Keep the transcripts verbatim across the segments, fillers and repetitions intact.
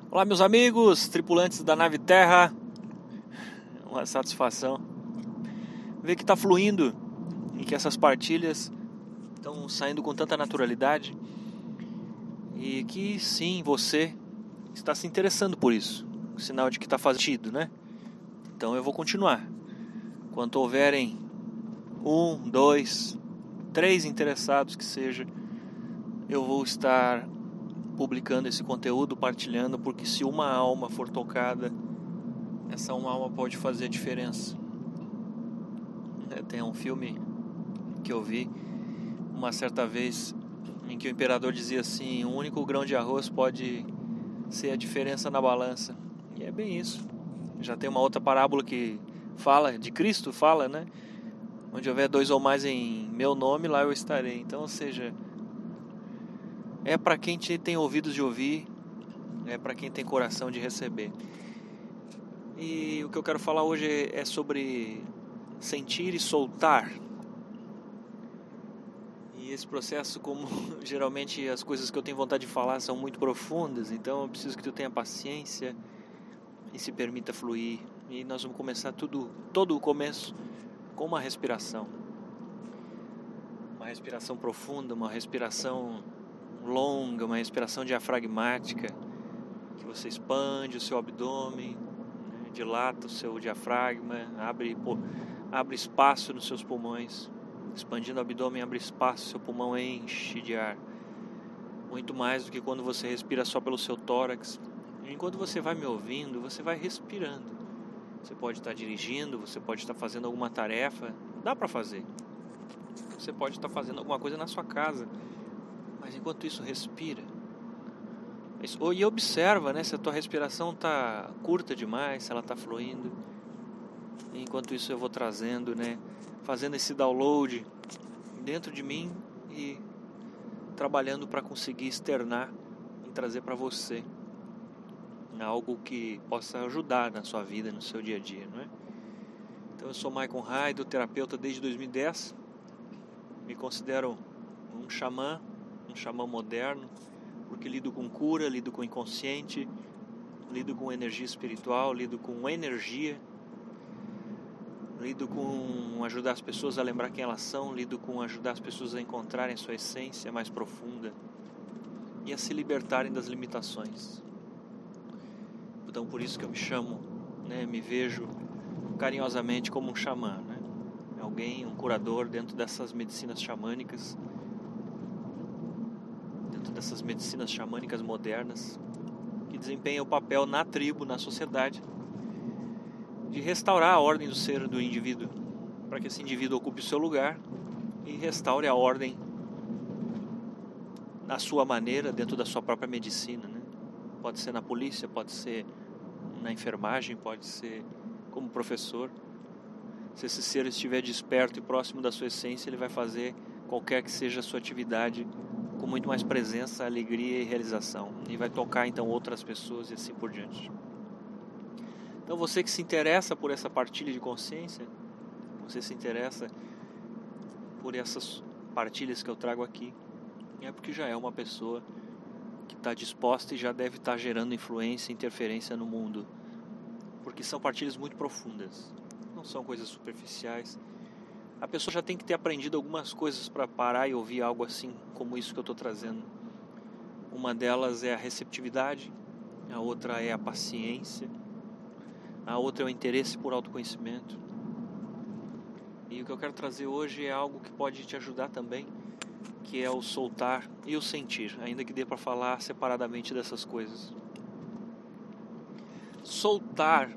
Olá, meus amigos, tripulantes da nave Terra. Uma satisfação ver que está fluindo e que essas partilhas estão saindo com tanta naturalidade e que sim, você está se interessando por isso, sinal de que está fazendo sentido, né? Então eu vou continuar. Quando houverem um, dois, três interessados que seja, eu vou estar publicando esse conteúdo, partilhando, porque se uma alma for tocada, essa uma alma pode fazer a diferença. Tem um filme que eu vi uma certa vez em que o imperador dizia assim: um único grão de arroz pode ser a diferença na balança. E é bem isso. Já tem uma outra parábola que fala, de Cristo fala, né? Onde houver dois ou mais em meu nome, lá eu estarei. Então, ou seja, é para quem tem ouvidos de ouvir, é para quem tem coração de receber. E o que eu quero falar hoje é sobre sentir e soltar. E esse processo, como geralmente as coisas que eu tenho vontade de falar são muito profundas, então eu preciso que tu tenha paciência e se permita fluir. E nós vamos começar tudo, todo o começo com uma respiração. Uma respiração profunda, uma respiração longa, uma respiração diafragmática, que você expande o seu abdômen, né, dilata o seu diafragma, abre, pô, abre espaço nos seus pulmões. Expandindo o abdômen, abre espaço, seu pulmão enche de ar. Muito mais do que quando você respira só pelo seu tórax. E enquanto você vai me ouvindo, você vai respirando. Você pode estar dirigindo, você pode estar fazendo alguma tarefa, dá para fazer. Você pode estar fazendo alguma coisa na sua casa, mas enquanto isso, respira. E observa, né, se a tua respiração está curta demais, se ela está fluindo. E enquanto isso eu vou trazendo, né, fazendo esse download dentro de mim e trabalhando para conseguir externar e trazer para você algo que possa ajudar na sua vida, no seu dia a dia, não é? Então eu sou Michael Raido, terapeuta desde dois mil e dez, me considero um xamã, um xamã moderno, porque lido com cura, lido com inconsciente, lido com energia espiritual, lido com energia, lido com ajudar as pessoas a lembrar quem elas são, lido com ajudar as pessoas a encontrarem sua essência mais profunda e a se libertarem das limitações. Então por isso que eu me chamo, né, me vejo carinhosamente como um xamã, né? Alguém, um curador dentro dessas medicinas xamânicas, dentro dessas medicinas xamânicas modernas, que desempenha o papel na tribo, na sociedade, de restaurar a ordem do ser do indivíduo, para que esse indivíduo ocupe o seu lugar e restaure a ordem na sua maneira, dentro da sua própria medicina, né? Pode ser na polícia, pode ser na enfermagem, pode ser como professor. Se esse ser estiver desperto e próximo da sua essência, ele vai fazer qualquer que seja a sua atividade com muito mais presença, alegria e realização, e vai tocar então outras pessoas e assim por diante. Então você que se interessa por essa partilha de consciência, você se interessa por essas partilhas que eu trago aqui, é porque já é uma pessoa que está disposta e já deve estar gerando influência e interferência no mundo, porque são partilhas muito profundas, não são coisas superficiais. A pessoa já tem que ter aprendido algumas coisas para parar e ouvir algo assim como isso que eu estou trazendo. Uma delas é a receptividade, a outra é a paciência, a outra é o interesse por autoconhecimento. E o que eu quero trazer hoje é algo que pode te ajudar também, que é o soltar e o sentir, ainda que dê para falar separadamente dessas coisas. Soltar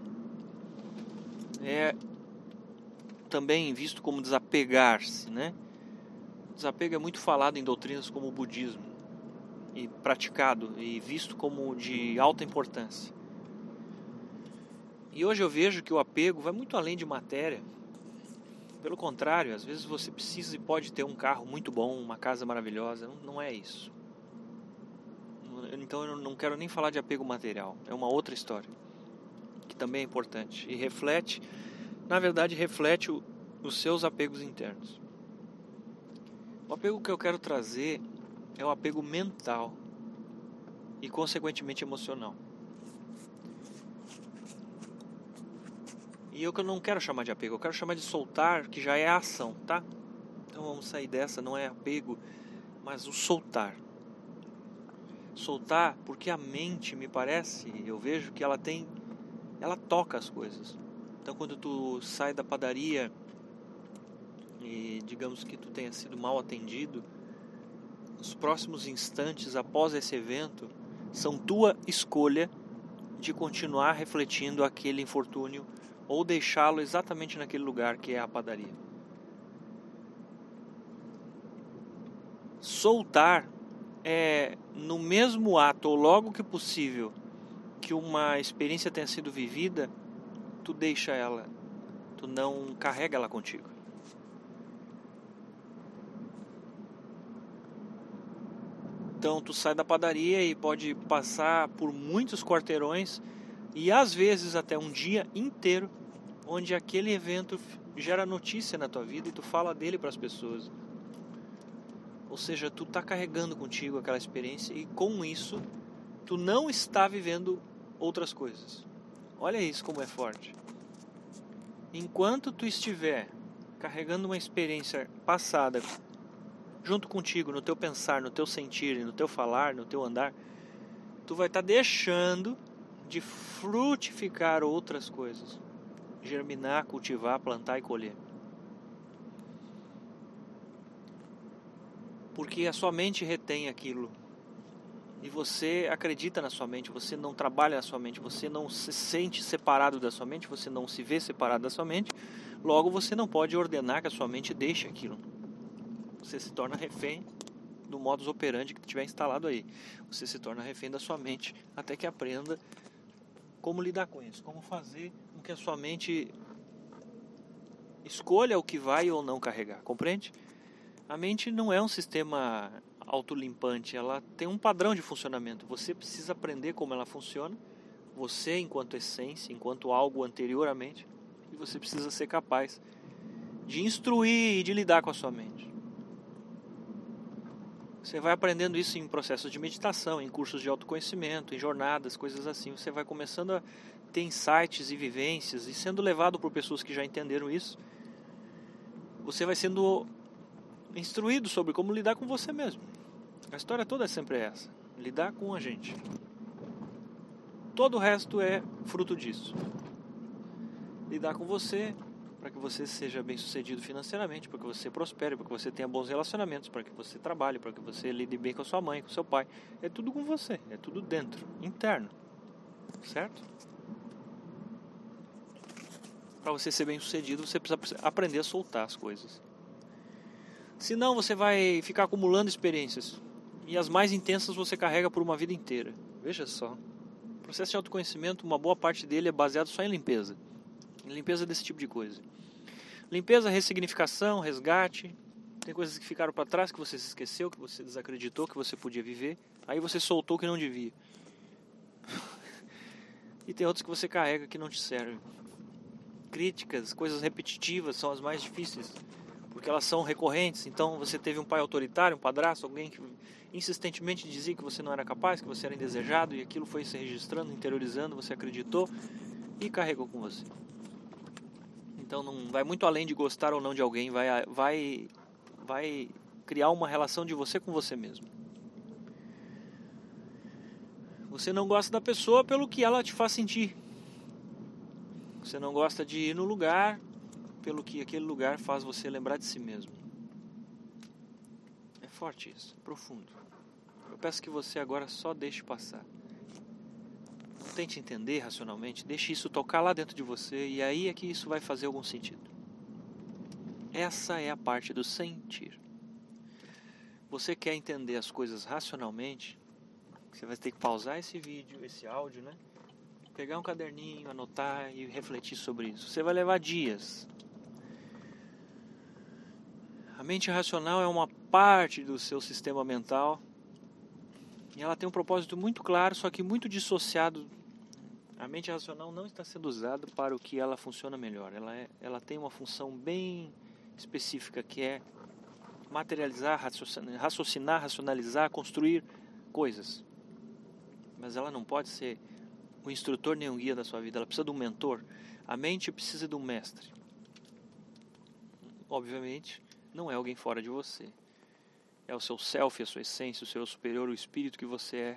é também visto como desapegar-se, né? Desapego é muito falado em doutrinas como o budismo, e praticado e visto como de alta importância. E hoje eu vejo que o apego vai muito além de matéria. Pelo contrário, às vezes você precisa e pode ter um carro muito bom, uma casa maravilhosa. Não, não é isso. Então eu não quero nem falar de apego material. É uma outra história, que também é importante. E reflete, na verdade, reflete o, os seus apegos internos. O apego que eu quero trazer é o apego mental e, consequentemente, emocional. E eu que eu não quero chamar de apego, eu quero chamar de soltar, que já é a ação, tá? Então vamos sair dessa, não é apego, mas o soltar. Soltar porque a mente, me parece, eu vejo que ela tem, ela toca as coisas. Então quando tu sai da padaria e digamos que tu tenha sido mal atendido, os próximos instantes após esse evento são tua escolha de continuar refletindo aquele infortúnio ou deixá-lo exatamente naquele lugar que é a padaria. Soltar é no mesmo ato ou logo que possível que uma experiência tenha sido vivida, tu deixa ela, tu não carrega ela contigo. Então tu sai da padaria e pode passar por muitos quarteirões e às vezes até um dia inteiro onde aquele evento gera notícia na tua vida e tu fala dele para as pessoas. Ou seja, tu está carregando contigo aquela experiência e com isso tu não está vivendo outras coisas. Olha isso como é forte. Enquanto tu estiver carregando uma experiência passada junto contigo, no teu pensar, no teu sentir, no teu falar, no teu andar, tu vai estar deixando de frutificar outras coisas. Germinar, cultivar, plantar e colher. Porque a sua mente retém aquilo. E você acredita na sua mente, você não trabalha na sua mente, você não se sente separado da sua mente, você não se vê separado da sua mente, logo você não pode ordenar que a sua mente deixe aquilo. Você se torna refém do modus operandi que tiver instalado aí. Você se torna refém da sua mente até que aprenda como lidar com isso, como fazer com que a sua mente escolha o que vai ou não carregar, compreende? A mente não é um sistema autolimpante, ela tem um padrão de funcionamento. Você precisa aprender como ela funciona, você enquanto essência, enquanto algo anterior à mente, e você precisa ser capaz de instruir e de lidar com a sua mente. Você vai aprendendo isso em processos de meditação, em cursos de autoconhecimento, em jornadas, coisas assim. Você vai começando a ter insights e vivências e sendo levado por pessoas que já entenderam isso. Você vai sendo instruído sobre como lidar com você mesmo. A história toda é sempre essa. Lidar com a gente. Todo o resto é fruto disso. Lidar com você para que você seja bem sucedido financeiramente, para que você prospere, para que você tenha bons relacionamentos, para que você trabalhe, para que você lide bem com a sua mãe, com o seu pai. É tudo com você, é tudo dentro, interno. Certo? Para você ser bem sucedido, você precisa aprender a soltar as coisas. Senão você vai ficar acumulando experiências. E as mais intensas você carrega por uma vida inteira. Veja só. O processo de autoconhecimento, uma boa parte dele é baseado só em limpeza. Em limpeza desse tipo de coisa. Limpeza, ressignificação, resgate. Tem coisas que ficaram para trás, que você se esqueceu, que você desacreditou, que você podia viver. Aí você soltou que não devia. E tem outros que você carrega que não te servem. Críticas, coisas repetitivas são as mais difíceis. Porque elas são recorrentes. Então você teve um pai autoritário, um padrasto, alguém que insistentemente dizia que você não era capaz, que você era indesejado, e aquilo foi se registrando, interiorizando, você acreditou e carregou com você. Então não vai muito além de gostar ou não de alguém, vai, vai, vai criar uma relação de você com você mesmo. Você não gosta da pessoa pelo que ela te faz sentir. Você não gosta de ir no lugar pelo que aquele lugar faz você lembrar de si mesmo. É forte isso, profundo. Eu peço que você agora só deixe passar. Não tente entender racionalmente, deixe isso tocar lá dentro de você e aí é que isso vai fazer algum sentido. Essa é a parte do sentir. Você quer entender as coisas racionalmente, você vai ter que pausar esse vídeo, esse áudio, né? Pegar um caderninho, anotar e refletir sobre isso. Você vai levar dias. A mente racional é uma parte do seu sistema mental e ela tem um propósito muito claro, só que muito dissociado. A mente racional não está sendo usada para o que ela funciona melhor. Ela, é, ela tem uma função bem específica que é materializar, raciocinar, raciocinar, racionalizar, construir coisas. Mas ela não pode ser o instrutor nem o guia da sua vida. Ela precisa de um mentor. A mente precisa de um mestre. Obviamente, não é alguém fora de você. É o seu self, a sua essência, o seu superior, o espírito que você é.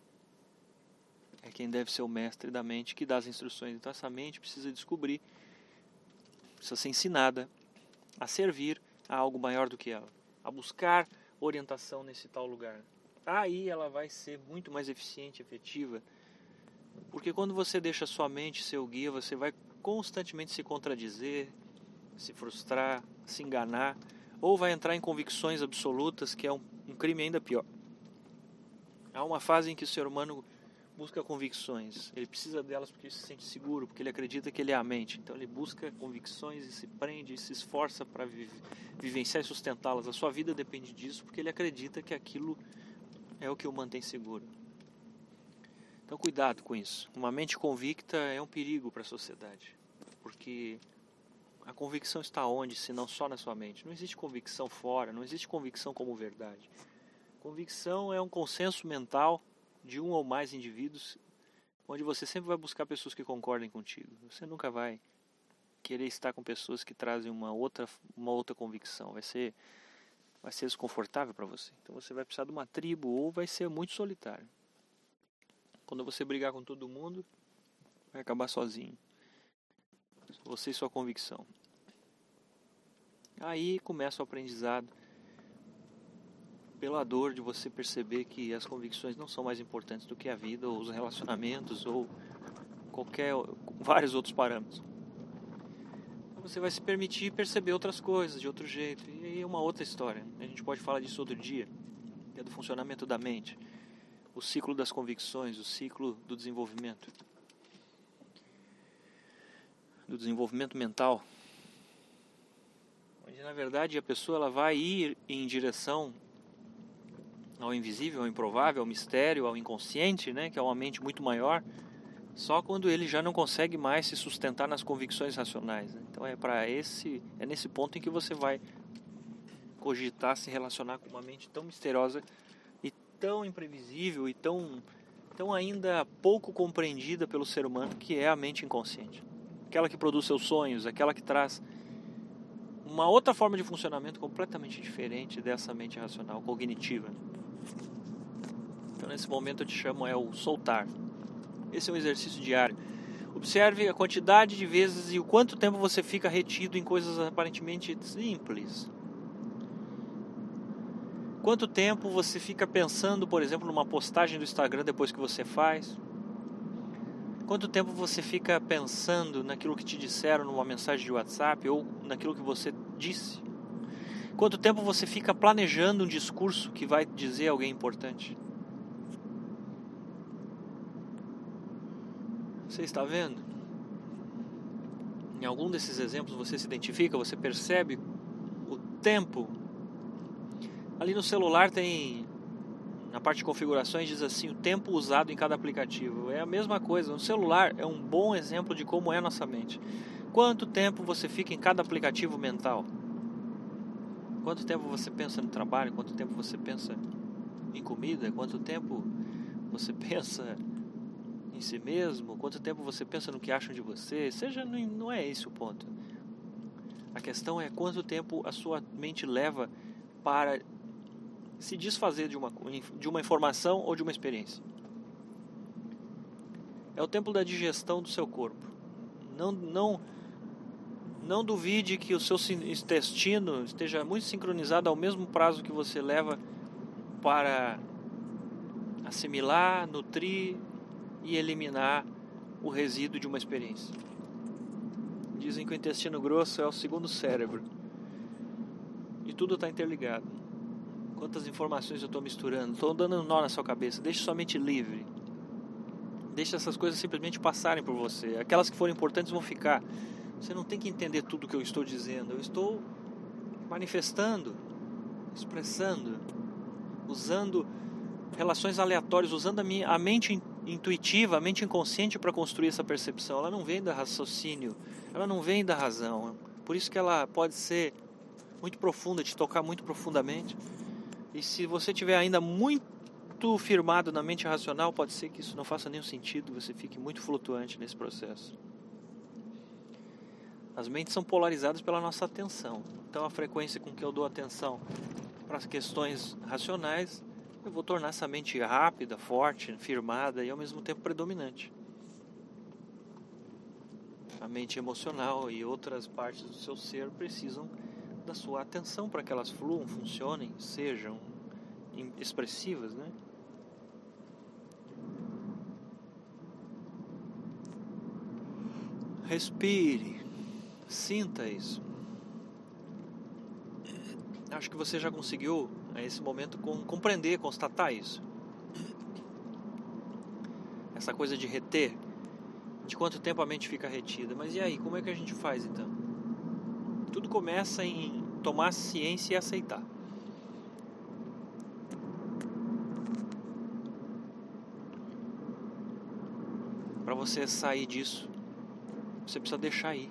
É quem deve ser o mestre da mente que dá as instruções. Então essa mente precisa descobrir, precisa ser ensinada a servir a algo maior do que ela, a buscar orientação nesse tal lugar. Aí ela vai ser muito mais eficiente, efetiva, porque quando você deixa a sua mente ser o guia, você vai constantemente se contradizer, se frustrar, se enganar, ou vai entrar em convicções absolutas, que é um, um crime ainda pior. Há uma fase em que o ser humano busca convicções, ele precisa delas porque ele se sente seguro, porque ele acredita que ele é a mente, então ele busca convicções e se prende e se esforça para vive, vivenciar e sustentá-las. A sua vida depende disso porque ele acredita que aquilo é o que o mantém seguro. Então cuidado com isso. Uma mente convicta é um perigo para a sociedade, porque a convicção está onde, se não só na sua mente? Não existe convicção fora, não existe convicção como verdade. Convicção é um consenso mental de um ou mais indivíduos, onde você sempre vai buscar pessoas que concordem contigo. Você nunca vai querer estar com pessoas que trazem uma outra, uma outra convicção. Vai ser, vai ser desconfortável para você. Então você vai precisar de uma tribo ou vai ser muito solitário. Quando você brigar com todo mundo, vai acabar sozinho. Você e sua convicção. Aí começa o aprendizado pela dor de você perceber que as convicções não são mais importantes do que a vida, ou os relacionamentos, ou qualquer, vários outros parâmetros. Então você vai se permitir perceber outras coisas de outro jeito, e aí é uma outra história. A gente pode falar disso outro dia, que é do funcionamento da mente, o ciclo das convicções, o ciclo do desenvolvimento, do desenvolvimento mental, onde na verdade a pessoa ela vai ir em direção ao invisível, ao improvável, ao mistério, ao inconsciente, né, que é uma mente muito maior, só quando ele já não consegue mais se sustentar nas convicções racionais. Né? Então é para esse, é nesse ponto em que você vai cogitar se relacionar com uma mente tão misteriosa e tão imprevisível e tão, tão ainda pouco compreendida pelo ser humano, que é a mente inconsciente. Aquela que produz seus sonhos, aquela que traz uma outra forma de funcionamento completamente diferente dessa mente racional, cognitiva. Então nesse momento eu te chamo é o soltar. Esse é um exercício diário. Observe a quantidade de vezes e o quanto tempo você fica retido em coisas aparentemente simples. Quanto tempo você fica pensando, por exemplo, numa postagem do Instagram depois que você faz? Quanto tempo você fica pensando naquilo que te disseram numa mensagem de WhatsApp ou naquilo que você disse? Quanto tempo você fica planejando um discurso que vai dizer a alguém importante? Você está vendo? Em algum desses exemplos você se identifica, você percebe o tempo. Ali no celular tem, na parte de configurações, diz assim, o tempo usado em cada aplicativo. É a mesma coisa, no celular é um bom exemplo de como é a nossa mente. Quanto tempo você fica em cada aplicativo mental? Quanto tempo você pensa no trabalho? Quanto tempo você pensa em comida? Quanto tempo você pensa em si mesmo? Quanto tempo você pensa no que acham de você? Seja, não é esse o ponto. A questão é quanto tempo a sua mente leva para se desfazer de uma, de uma informação ou de uma experiência. É o tempo da digestão do seu corpo. Não, não, não duvide que o seu intestino esteja muito sincronizado ao mesmo prazo que você leva para assimilar, nutrir e eliminar o resíduo de uma experiência. Dizem que o intestino grosso é o segundo cérebro. E tudo está interligado. Quantas informações eu estou misturando? Estou dando um nó na sua cabeça. Deixe sua mente livre. Deixe essas coisas simplesmente passarem por você. Aquelas que forem importantes vão ficar. Você não tem que entender tudo o que eu estou dizendo. Eu estou manifestando, expressando, usando relações aleatórias, usando a, minha, a mente intuitiva, a mente inconsciente para construir essa percepção. Ela não vem do raciocínio, ela não vem da razão. Por isso que ela pode ser muito profunda, te tocar muito profundamente. E se você estiver ainda muito firmado na mente racional, pode ser que isso não faça nenhum sentido, você fique muito flutuante nesse processo. As mentes são polarizadas pela nossa atenção. Então a frequência com que eu dou atenção para as questões racionais, eu vou tornar essa mente rápida, forte, firmada e ao mesmo tempo predominante. A mente emocional e outras partes do seu ser precisam da sua atenção para que elas fluam, funcionem, sejam expressivas, né? Respire, sinta isso. Acho que você já conseguiu, a esse momento, compreender, constatar isso. Essa coisa de reter, de quanto tempo a mente fica retida. Mas e aí, como é que a gente faz então? Tudo começa em tomar ciência e aceitar. Para você sair disso, você precisa deixar ir.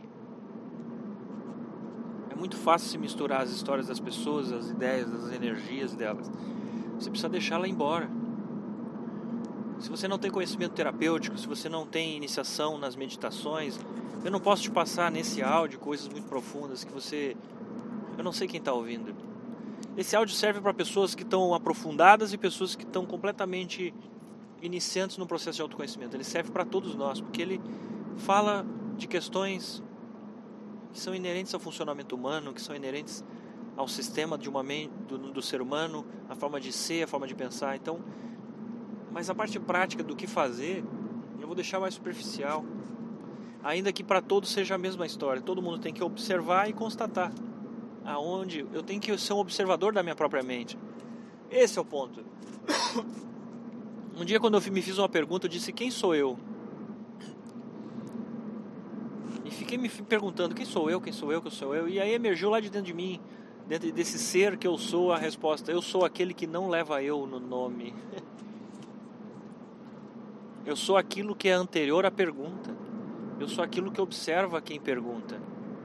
É muito fácil se misturar as histórias das pessoas, as ideias, as energias delas. Você precisa deixá-la embora. Se você não tem conhecimento terapêutico, se você não tem iniciação nas meditações, eu não posso te passar nesse áudio coisas muito profundas que você... Eu não sei quem está ouvindo. Esse áudio serve para pessoas que estão aprofundadas e pessoas que estão completamente iniciantes no processo de autoconhecimento. Ele serve para todos nós, porque ele fala de questões que são inerentes ao funcionamento humano, que são inerentes ao sistema de uma mente, do, do ser humano, a forma de ser, a forma de pensar. Então, mas a parte prática do que fazer, eu vou deixar mais superficial. Ainda que para todos seja a mesma história. Todo mundo tem que observar e constatar. Aonde eu tenho que ser um observador da minha própria mente. Esse é o ponto. Um dia, quando eu me fiz uma pergunta, eu disse: quem sou eu? E fiquei me perguntando: quem sou eu, quem sou eu, quem sou eu? E aí emergiu lá de dentro de mim, dentro desse ser que eu sou, a resposta: eu sou aquele que não leva eu no nome. Eu sou aquilo que é anterior à pergunta. Eu sou aquilo que observa quem pergunta.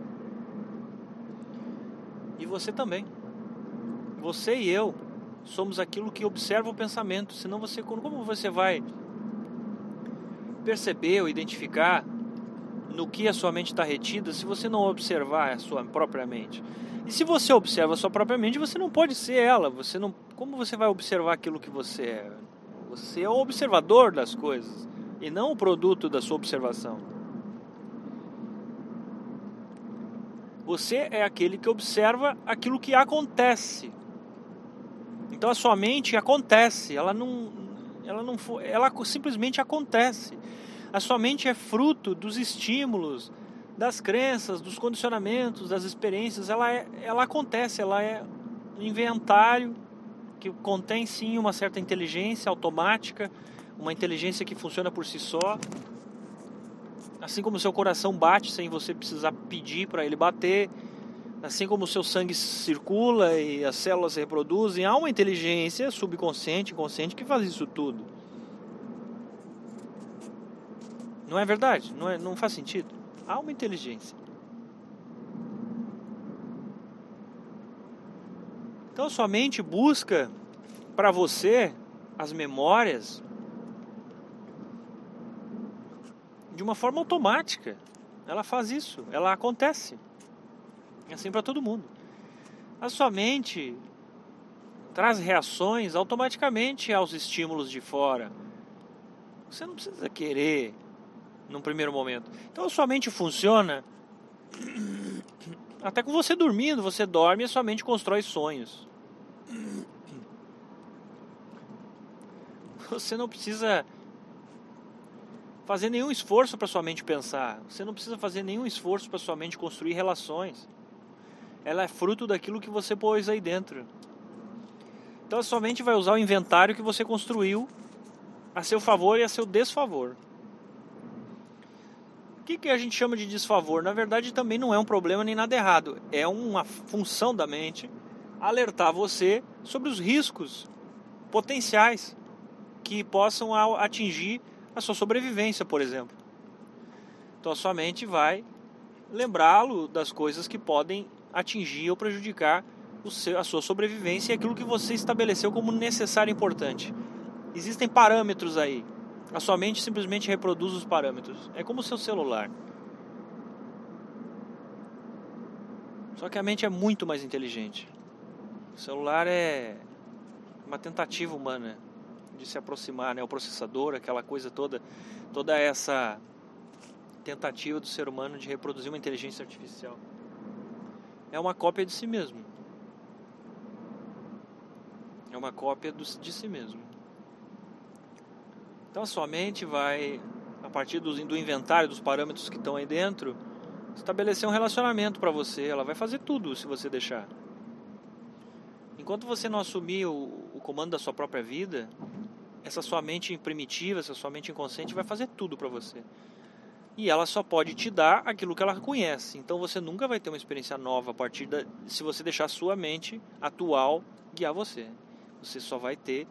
E você também. Você e eu somos aquilo que observa o pensamento. Senão você, como você vai perceber ou identificar no que a sua mente está retida se você não observar a sua própria mente? E se você observa a sua própria mente, você não pode ser ela. Você não, como você vai observar aquilo que você é? Você é o observador das coisas e não o produto da sua observação. Você é aquele que observa aquilo que acontece. Então a sua mente acontece, ela não, ela não, ela simplesmente acontece. A sua mente é fruto dos estímulos, das crenças, dos condicionamentos, das experiências. Ela, é, ela acontece, ela é um inventário que contém sim uma certa inteligência automática, uma inteligência que funciona por si só. Assim como o seu coração bate sem você precisar pedir para ele bater, assim como o seu sangue circula e as células se reproduzem, há uma inteligência subconsciente, consciente que faz isso tudo. Não é verdade? Não, é, não faz sentido? Há uma inteligência. Então sua mente busca para você as memórias de uma forma automática. Ela faz isso, ela acontece. É assim para todo mundo. A sua mente traz reações automaticamente aos estímulos de fora. Você não precisa querer num primeiro momento. Então a sua mente funciona até com você dormindo. Você dorme e a sua mente constrói sonhos. Você não precisa fazer nenhum esforço para sua mente pensar. Você não precisa fazer nenhum esforço para sua mente construir relações. Ela é fruto daquilo que você pôs aí dentro. Então a sua mente vai usar o inventário que você construiu a seu favor e a seu desfavor. O que, que a gente chama de desfavor? Na verdade também não é um problema nem nada errado. É uma função da mente alertar você sobre os riscos potenciais que possam atingir a sua sobrevivência, por exemplo. Então a sua mente vai lembrá-lo das coisas que podem atingir ou prejudicar o seu, a sua sobrevivência e aquilo que você estabeleceu como necessário e importante. Existem parâmetros aí. A sua mente simplesmente reproduz os parâmetros. É como o seu celular. Só que a mente é muito mais inteligente. O celular é uma tentativa humana de se aproximar, né? O processador, aquela coisa toda, toda essa tentativa do ser humano de reproduzir uma inteligência artificial. É uma cópia de si mesmo. É uma cópia do, de si mesmo. Então a sua mente vai, a partir do, do inventário, dos parâmetros que estão aí dentro, estabelecer um relacionamento para você. Ela vai fazer tudo se você deixar. Enquanto você não assumir o, o comando da sua própria vida, essa sua mente primitiva, essa sua mente inconsciente vai fazer tudo para você. E ela só pode te dar aquilo que ela conhece. Então você nunca vai ter uma experiência nova a partir da, se você deixar a sua mente atual guiar você. Você só vai ter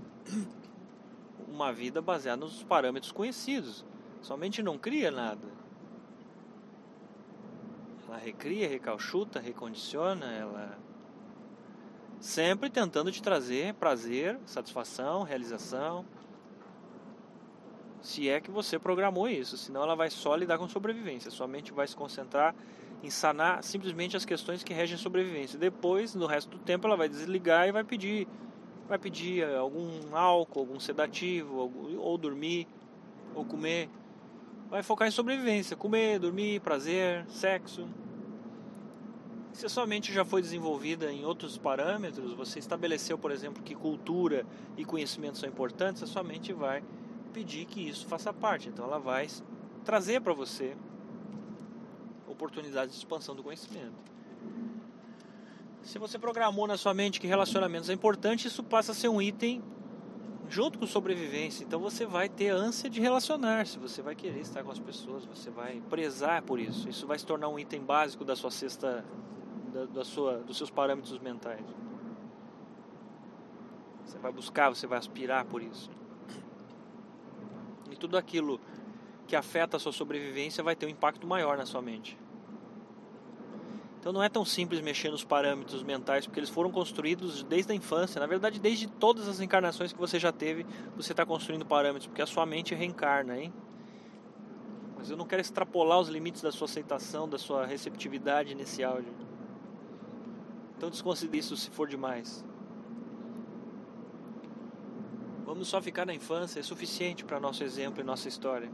uma vida baseada nos parâmetros conhecidos. Sua mente não cria nada. Ela recria, recalchuta, recondiciona, ela sempre tentando te trazer prazer, satisfação, realização. Se é que você programou isso, senão ela vai só lidar com sobrevivência. Sua mente vai se concentrar em sanar simplesmente as questões que regem a sobrevivência. Depois, no resto do tempo, ela vai desligar e vai pedir, vai pedir algum álcool, algum sedativo, algum, ou dormir, ou comer. Vai focar em sobrevivência, comer, dormir, prazer, sexo. Se a sua mente já foi desenvolvida em outros parâmetros, você estabeleceu, por exemplo, que cultura e conhecimento são importantes, a sua mente vai pedir que isso faça parte. Então ela vai trazer para você oportunidades de expansão do conhecimento. Se você programou na sua mente que relacionamentos é importante, isso passa a ser um item junto com sobrevivência. Então você vai ter ânsia de relacionar-se, você vai querer estar com as pessoas, você vai prezar por isso. Isso vai se tornar um item básico da sua cesta, da, da sua, dos seus parâmetros mentais. Você vai buscar, você vai aspirar por isso. E tudo aquilo que afeta a sua sobrevivência vai ter um impacto maior na sua mente. Então não é tão simples mexer nos parâmetros mentais, porque eles foram construídos desde a infância. Na verdade, desde todas as encarnações que você já teve, você está construindo parâmetros, porque a sua mente reencarna, hein? Mas eu não quero extrapolar os limites da sua aceitação, da sua receptividade nesse áudio. Então desconsidere isso se for demais. Vamos só ficar na infância, é suficiente para nosso exemplo e nossa história.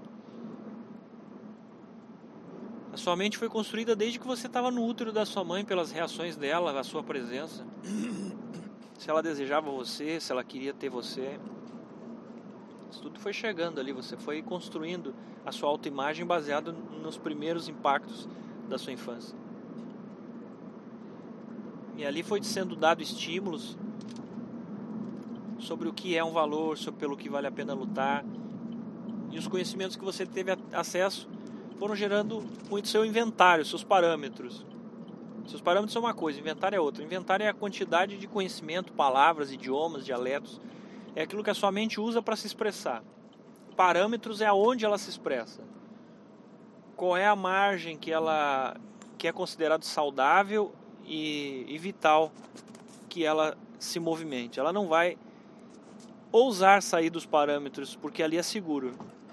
A sua mente foi construída desde que você estava no útero da sua mãe, pelas reações dela, a sua presença. Se ela desejava você, se ela queria ter você. Isso tudo foi chegando ali, você foi construindo a sua autoimagem baseado nos primeiros impactos da sua infância. E ali foi te sendo dado estímulos sobre o que é um valor, sobre pelo que vale a pena lutar. E os conhecimentos que você teve acesso foram gerando o seu inventário, seus parâmetros. Seus parâmetros são uma coisa, inventário é outra. Inventário é a quantidade de conhecimento, palavras, idiomas, dialetos. É aquilo que a sua mente usa para se expressar. Parâmetros é aonde ela se expressa. Qual é a margem que ela que é considerado saudável e, e vital que ela se movimente. Ela não vai ousar sair dos parâmetros, porque ali é seguro.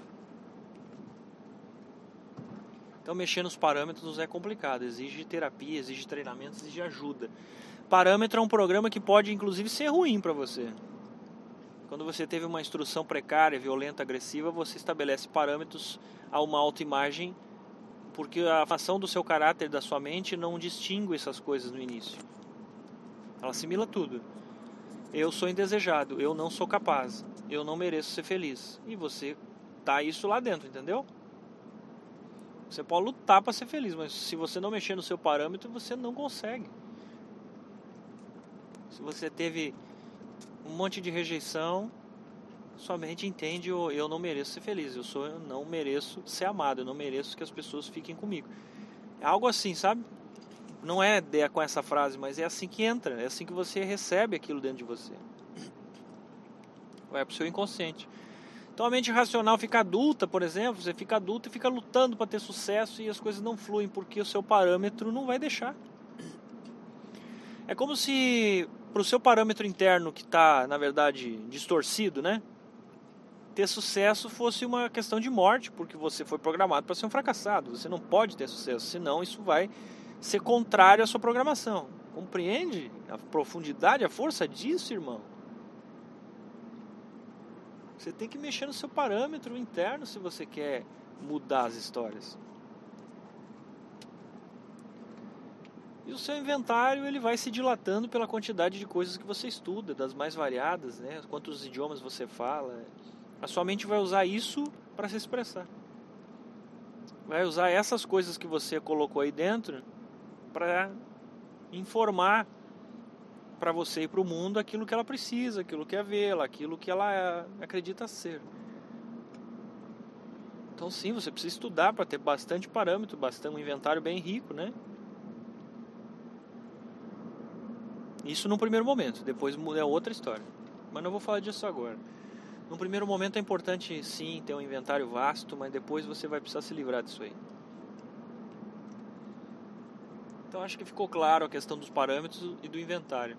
Então mexer nos parâmetros é complicado, exige terapia, exige treinamento, exige ajuda. Parâmetro é um programa que pode inclusive ser ruim para você. Quando você teve uma instrução precária, violenta, agressiva, você estabelece parâmetros a uma autoimagem, porque a ação do seu caráter, da sua mente, não distingue essas coisas no início. Ela assimila tudo. Eu sou indesejado, eu não sou capaz, eu não mereço ser feliz. E você tá isso lá dentro, entendeu? Você pode lutar para ser feliz, mas se você não mexer no seu parâmetro, você não consegue. Se você teve um monte de rejeição, sua mente entende, eu, eu não mereço ser feliz, eu, sou, eu não mereço ser amado, eu não mereço que as pessoas fiquem comigo. É algo assim, sabe? Não é com essa frase, mas é assim que entra, é assim que você recebe aquilo dentro de você. Vai para o seu inconsciente. Então a mente racional fica adulta, por exemplo, você fica adulto e fica lutando para ter sucesso e as coisas não fluem porque o seu parâmetro não vai deixar. É como se para o seu parâmetro interno que está, na verdade, distorcido, né? Ter sucesso fosse uma questão de morte, porque você foi programado para ser um fracassado. Você não pode ter sucesso, senão isso vai ser contrário à sua programação. Compreende a profundidade, a força disso, irmão? Você tem que mexer no seu parâmetro interno se você quer mudar as histórias. E o seu inventário ele vai se dilatando pela quantidade de coisas que você estuda, das mais variadas, né? Quantos idiomas você fala. A sua mente vai usar isso para se expressar. Vai usar essas coisas que você colocou aí dentro para informar para você e para o mundo aquilo que ela precisa, aquilo que é vê-la, aquilo que ela acredita ser. Então sim, você precisa estudar para ter bastante parâmetro, bastante um inventário bem rico, né? Isso num primeiro momento, depois é outra história. Mas não vou falar disso agora. Num primeiro momento é importante sim ter um inventário vasto, mas depois você vai precisar se livrar disso aí. Então acho que ficou claro a questão dos parâmetros e do inventário.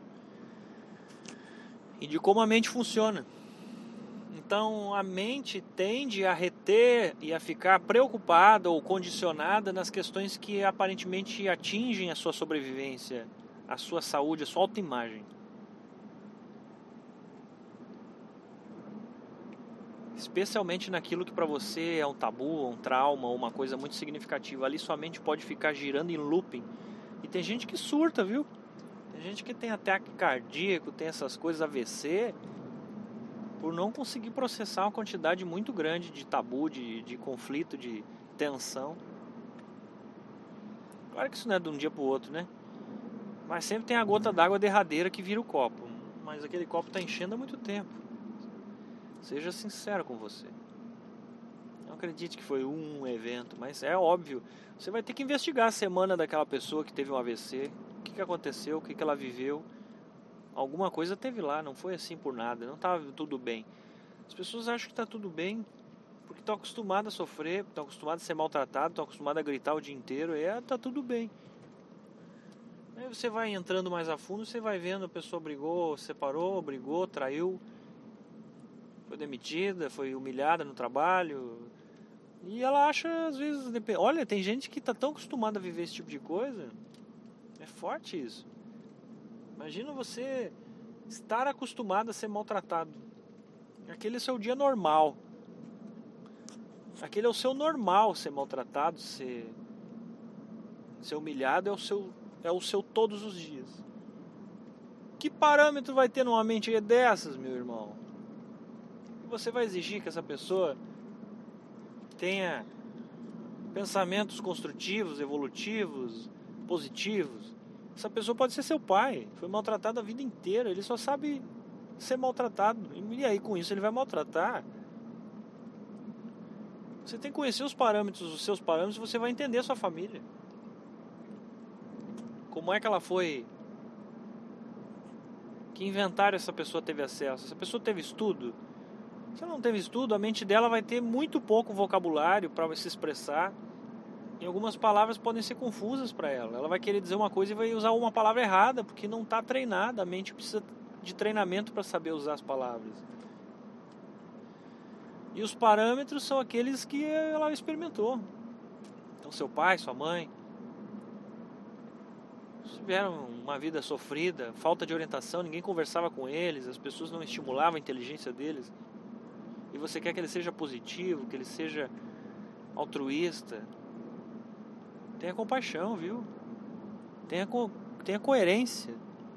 E de como a mente funciona. Então a mente tende a reter e a ficar preocupada ou condicionada nas questões que aparentemente atingem a sua sobrevivência, a sua saúde, a sua autoimagem. Especialmente naquilo que para você é um tabu, um trauma, uma coisa muito significativa. Ali sua mente pode ficar girando em looping. E tem gente que surta, viu? Tem gente que tem ataque cardíaco, tem essas coisas A V C, por não conseguir processar uma quantidade muito grande de tabu, de, de conflito, de tensão. Claro que isso não é de um dia para o outro, né? Mas sempre tem a gota d'água derradeira que vira o copo. Mas aquele copo está enchendo há muito tempo. Seja sincero com você. Não acredite que foi um evento, mas é óbvio. Você vai ter que investigar a semana daquela pessoa que teve um A V C. O que, que aconteceu, o que, que ela viveu. Alguma coisa teve lá, não foi assim por nada. Não estava tudo bem. As pessoas acham que está tudo bem porque estão acostumadas a sofrer, estão acostumadas a ser maltratadas, estão acostumadas a gritar o dia inteiro. E é, tá tudo bem. Aí você vai entrando mais a fundo, você vai vendo a pessoa brigou, separou, brigou, traiu, foi demitida, foi humilhada no trabalho. E ela acha, às vezes, olha, tem gente que está tão acostumada a viver esse tipo de coisa. É forte isso. Imagina você estar acostumado a ser maltratado. Aquele é o seu dia normal. Aquele é o seu normal, ser maltratado, ser, ser humilhado, é o seu... É o seu todos os dias. Que parâmetro vai ter numa mente dessas, meu irmão? Você vai exigir que essa pessoa tenha pensamentos construtivos, evolutivos, positivos? Essa pessoa pode ser seu pai, foi maltratado a vida inteira, ele só sabe ser maltratado. E aí com isso ele vai maltratar. Você tem que conhecer os parâmetros, os seus parâmetros, você vai entender a sua família. Como é que ela foi? Que inventário essa pessoa teve acesso? Essa pessoa teve estudo? Se ela não teve estudo, a mente dela vai ter muito pouco vocabulário para se expressar. E algumas palavras podem ser confusas para ela. Ela vai querer dizer uma coisa e vai usar uma palavra errada, porque não está treinada. A mente precisa de treinamento para saber usar as palavras. E os parâmetros são aqueles que ela experimentou. Então seu pai, sua mãe tiveram uma vida sofrida, falta de orientação, ninguém conversava com eles, as pessoas não estimulavam a inteligência deles. E você quer que ele seja positivo, que ele seja altruísta. Tenha compaixão, viu? Tenha, co- tenha coerência.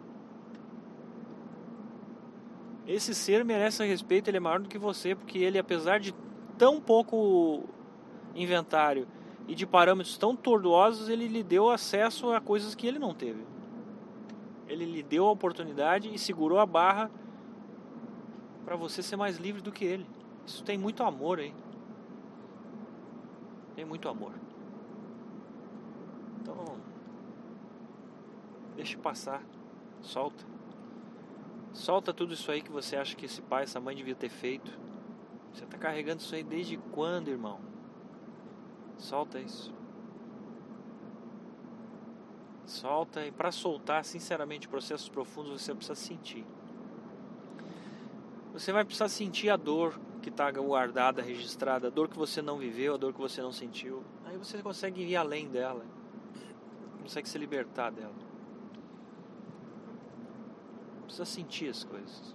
Esse ser merece respeito, ele é maior do que você, porque ele, apesar de tão pouco inventário e de parâmetros tão tortuosos, ele lhe deu acesso a coisas que ele não teve. Ele lhe deu a oportunidade e segurou a barra para você ser mais livre do que ele. Isso tem muito amor aí. Tem muito amor. Então, deixe passar. Solta. Solta tudo isso aí que você acha que esse pai, essa mãe devia ter feito. Você está carregando isso aí desde quando, irmão? Solta isso. Solta. E para soltar, sinceramente, processos profundos, você precisa sentir. Você vai precisar sentir a dor que está guardada, registrada, a dor que você não viveu, a dor que você não sentiu. Aí você consegue ir além dela. consegue se libertar dela. Precisa sentir as coisas.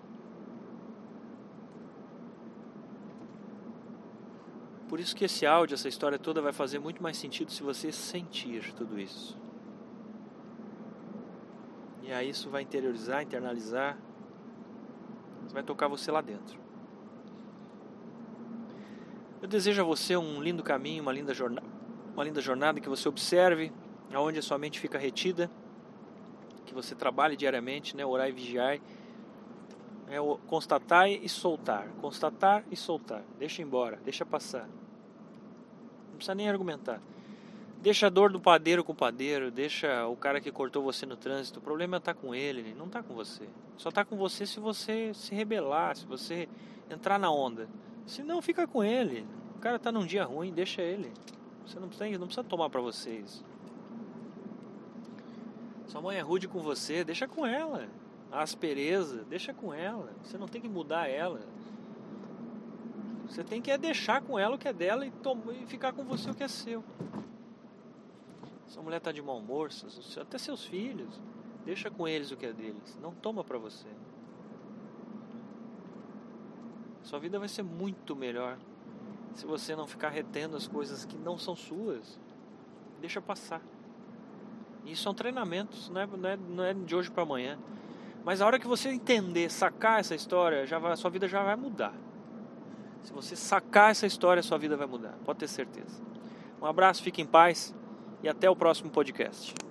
Por isso que esse áudio, essa história toda vai fazer muito mais sentido se você sentir tudo isso. E aí isso vai interiorizar, internalizar. Vai tocar você lá dentro. Eu desejo a você um lindo caminho, uma linda jornada, uma linda jornada que você observe aonde a sua mente fica retida, que você trabalhe diariamente, né? Orar e vigiar, é o constatar e soltar, constatar e soltar. Deixa embora, deixa passar. Não precisa nem argumentar. Deixa a dor do padeiro com o padeiro, deixa o cara que cortou você no trânsito. O problema é estar com ele, ele não está com você. Só está com você se você se rebelar, se você entrar na onda. Se não, fica com ele. O cara está num dia ruim, deixa ele. Você não precisa, não precisa tomar para vocês. Sua mãe é rude com você, deixa com ela. A aspereza, deixa com ela. Você não tem que mudar ela. Você tem que é deixar com ela o que é dela e, tomar, e ficar com você o que é seu. Sua mulher está de mau humor, até seus filhos, deixa com eles o que é deles, não toma para você. Sua vida vai ser muito melhor se você não ficar retendo as coisas que não são suas. Deixa passar. Isso são treinamentos, não é, não é, não é de hoje para amanhã. Mas a hora que você entender, sacar essa história, já vai, a sua vida já vai mudar. Se você sacar essa história, a sua vida vai mudar, pode ter certeza. Um abraço, fique em paz. E até o próximo podcast.